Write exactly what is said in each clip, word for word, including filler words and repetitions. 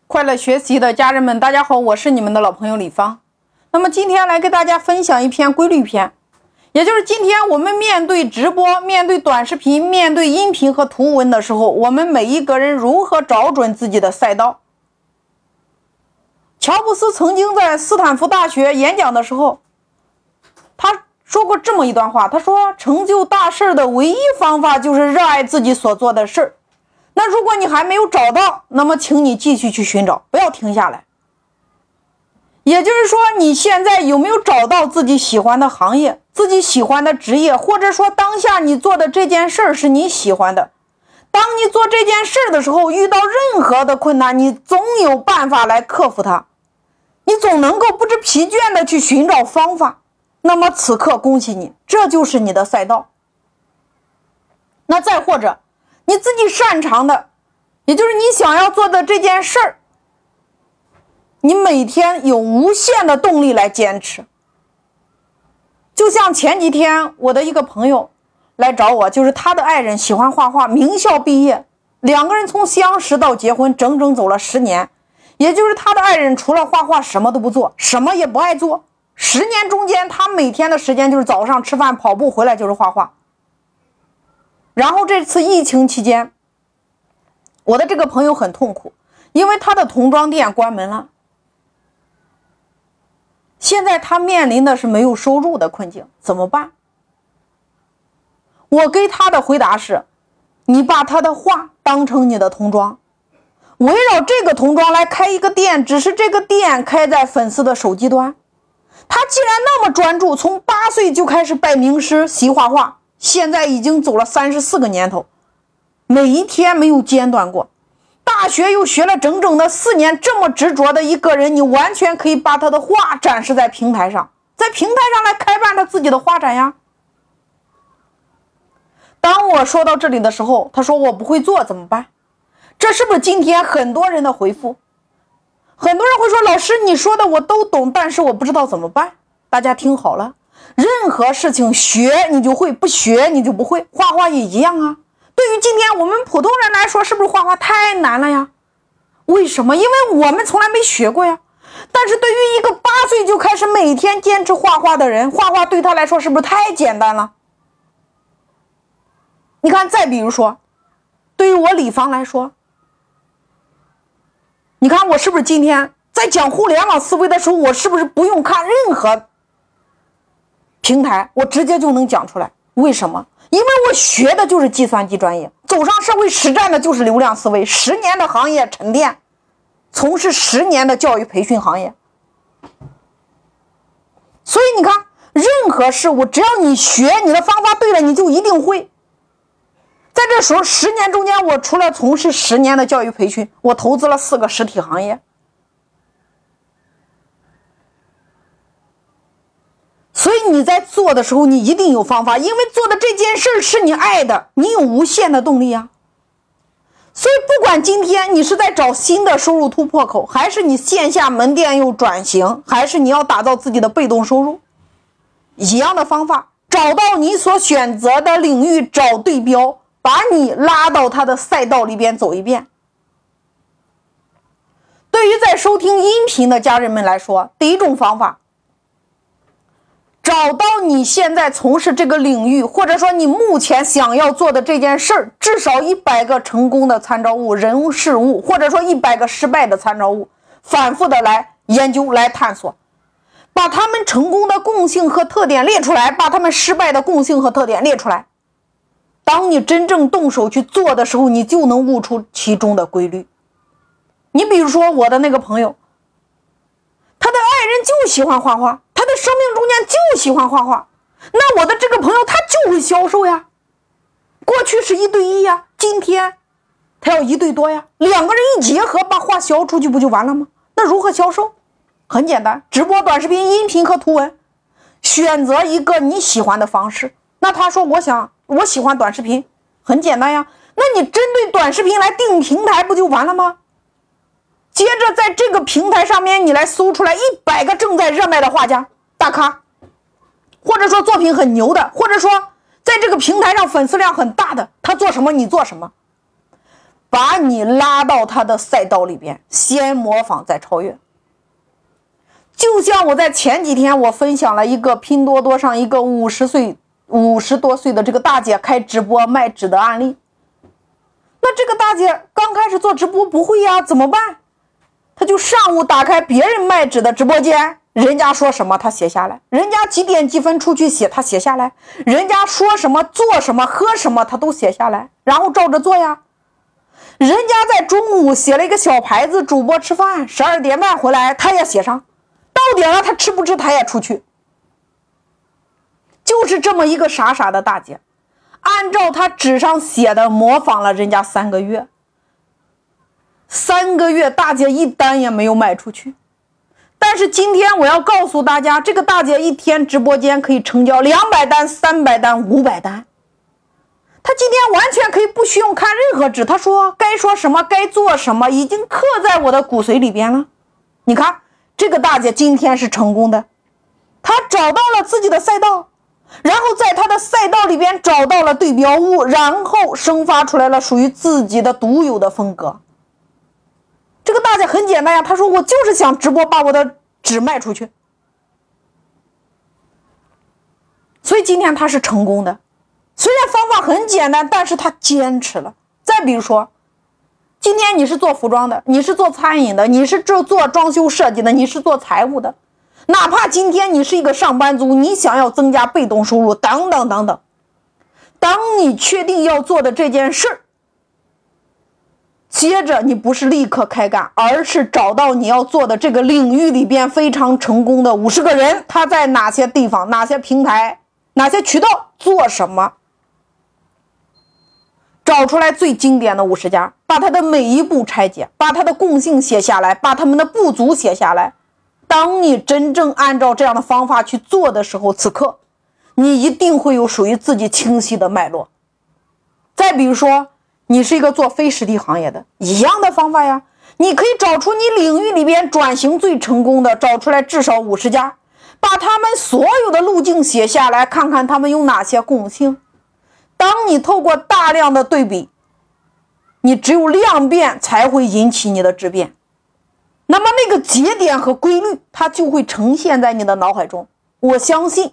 快乐学习的家人们，大家好，我是你们的老朋友李芳。那么今天来给大家分享一篇规律篇，也就是今天我们面对直播、面对短视频、面对音频和图文的时候，我们每一个人如何找准自己的赛道。乔布斯曾经在斯坦福大学演讲的时候，他说过这么一段话，他说成就大事的唯一方法就是热爱自己所做的事儿。那如果你还没有找到，那么请你继续去寻找，不要停下来。也就是说，你现在有没有找到自己喜欢的行业、自己喜欢的职业，或者说当下你做的这件事儿是你喜欢的。当你做这件事的时候，遇到任何的困难，你总有办法来克服它，你总能够不知疲倦的去寻找方法。那么此刻恭喜你，这就是你的赛道。那再或者你自己擅长的，也就是你想要做的这件事儿，你每天有无限的动力来坚持。就像前几天我的一个朋友来找我，就是他的爱人喜欢画画，名校毕业，两个人从相识到结婚整整走了十年，也就是他的爱人除了画画什么都不做，什么也不爱做。十年中间，他每天的时间就是早上吃饭、跑步，回来就是画画。然后这次疫情期间，我的这个朋友很痛苦，因为他的童装店关门了。现在他面临的是没有收入的困境，怎么办？我给他的回答是，你把他的画当成你的童装，围绕这个童装来开一个店，只是这个店开在粉丝的手机端。他既然那么专注，从八岁就开始拜名师习画画，现在已经走了三十四个年头，每一天没有间断过。大学又学了整整的四年，这么执着的一个人，你完全可以把他的画展示在平台上，在平台上来开办他自己的画展呀。当我说到这里的时候，他说我不会做怎么办？这是不是今天很多人的回复？很多人会说，老师你说的我都懂，但是我不知道怎么办。大家听好了，任何事情学你就会，不学你就不会，画画也一样啊。对于今天我们普通人来说，是不是画画太难了呀？为什么？因为我们从来没学过呀。但是对于一个八岁就开始每天坚持画画的人，画画对他来说是不是太简单了？你看，再比如说，对于我李芳来说，你看我是不是今天在讲互联网思维的时候，我是不是不用看任何平台，我直接就能讲出来？为什么？因为我学的就是计算机专业，走上社会实战的就是流量思维，十年的行业沉淀，从事十年的教育培训行业。所以你看，任何事物只要你学，你的方法对了，你就一定会。在这时候十年中间，我除了从事十年的教育培训，我投资了四个实体行业。所以你在做的时候，你一定有方法，因为做的这件事是你爱的，你有无限的动力啊。所以不管今天你是在找新的收入突破口，还是你线下门店又转型，还是你要打造自己的被动收入，一样的方法，找到你所选择的领域，找对标，把你拉到他的赛道里边走一遍。对于在收听音频的家人们来说，第一种方法，找到你现在从事这个领域，或者说你目前想要做的这件事儿，至少一百个成功的参照物、人事物，或者说一百个失败的参照物，反复的来研究、来探索，把他们成功的共性和特点列出来，把他们失败的共性和特点列出来。当你真正动手去做的时候，你就能悟出其中的规律。你比如说我的那个朋友，他的爱人就喜欢画画，他的生命中间就喜欢画画，那我的这个朋友他就会销售呀。过去是一对一呀，今天他要一对多呀，两个人一结合，把画销出去不就完了吗？那如何销售？很简单，直播、短视频、音频和图文，选择一个你喜欢的方式。那他说我想我喜欢短视频，很简单呀，那你针对短视频来定平台不就完了吗？接着在这个平台上面，你来搜出来一百个正在热卖的画家大咖，或者说作品很牛的，或者说在这个平台上粉丝量很大的，他做什么你做什么， 把你拉到他的赛道里边，先模仿再超越。就像我在前几天我分享了一个拼多多上一个五十岁五十多岁的这个大姐开直播卖纸的案例。那这个大姐刚开始做直播不会呀，怎么办？她就上午打开别人卖纸的直播间，人家说什么她写下来，人家几点几分出去写她写下来，人家说什么做什么喝什么她都写下来，然后照着做呀。人家在中午写了一个小牌子，主播吃饭十二点半回来她也写上，到点了她吃不吃她也出去。就是这么一个傻傻的大姐，按照她纸上写的模仿了人家三个月，三个月大姐一单也没有卖出去。但是今天我要告诉大家，这个大姐一天直播间可以成交两百单、三百单、五百单。她今天完全可以不需要看任何纸，她说该说什么该做什么已经刻在我的骨髓里边了。你看这个大姐今天是成功的，她找到了自己的赛道，然后在她的赛道里边找到了对标物，然后生发出来了属于自己的独有的风格。这个大姐很简单呀，她说我就是想直播把我的纸卖出去，所以今天她是成功的。虽然方法很简单，但是她坚持了。再比如说，今天你是做服装的，你是做餐饮的，你是做做装修设计的，你是做财务的，哪怕今天你是一个上班族，你想要增加被动收入等等等等，当你确定要做的这件事，接着你不是立刻开干，而是找到你要做的这个领域里边非常成功的五十个人，他在哪些地方、哪些平台、哪些渠道做什么，找出来最经典的五十家，把它的每一步拆解，把它的共性写下来，把他们的不足写下来。当你真正按照这样的方法去做的时候，此刻你一定会有属于自己清晰的脉络。再比如说，你是一个做非实体行业的，一样的方法呀，你可以找出你领域里边转型最成功的，找出来至少五十家，把他们所有的路径写下来，看看他们有哪些共性。当你透过大量的对比，你只有量变才会引起你的质变，那么那个节点和规律它就会呈现在你的脑海中。我相信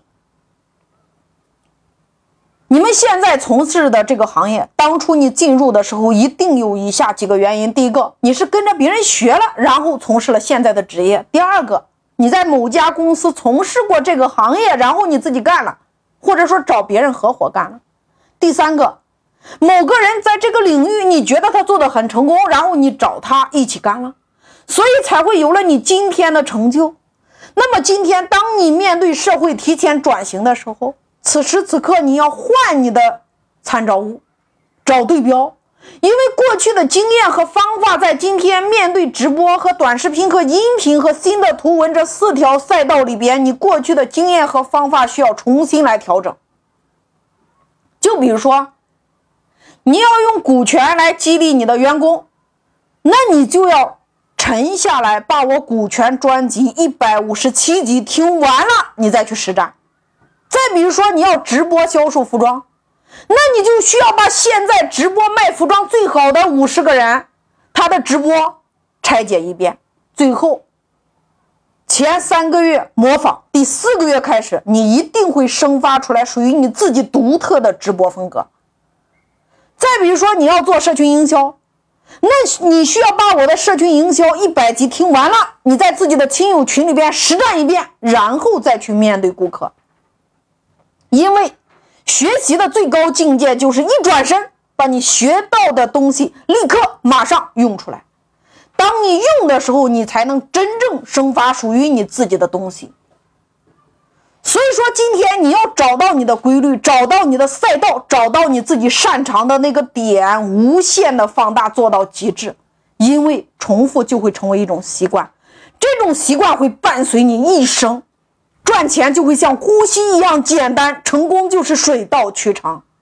你们现在从事的这个行业，当初你进入的时候一定有以下几个原因。第一个，你是跟着别人学了，然后从事了现在的职业。第二个，你在某家公司从事过这个行业，然后你自己干了，或者说找别人合伙干了。第三个，某个人在这个领域你觉得他做得很成功，然后你找他一起干了，所以才会有了你今天的成就。那么今天当你面对社会提前转型的时候，此时此刻你要换你的参照物，找对标，因为过去的经验和方法在今天面对直播和短视频和音频和新的图文这四条赛道里边，你过去的经验和方法需要重新来调整。就比如说，你要用股权来激励你的员工，那你就要沉下来，把我股权专辑一百五十七集听完了，你再去实战。再比如说，你要直播销售服装，那你就需要把现在直播卖服装最好的五十个人，他的直播拆解一遍，最后前三个月模仿，第四个月开始，你一定会生发出来属于你自己独特的直播风格。再比如说，你要做社群营销，那你需要把我的社群营销一百集听完了，你在自己的亲友群里边实战一遍，然后再去面对顾客。因为学习的最高境界就是一转身，把你学到的东西立刻马上用出来。当你用的时候，你才能真正生发属于你自己的东西。所以说今天你要找到你的规律，找到你的赛道，找到你自己擅长的那个点，无限的放大做到极致。因为重复就会成为一种习惯，这种习惯会伴随你一生，赚钱就会像呼吸一样简单，成功就是水到渠成。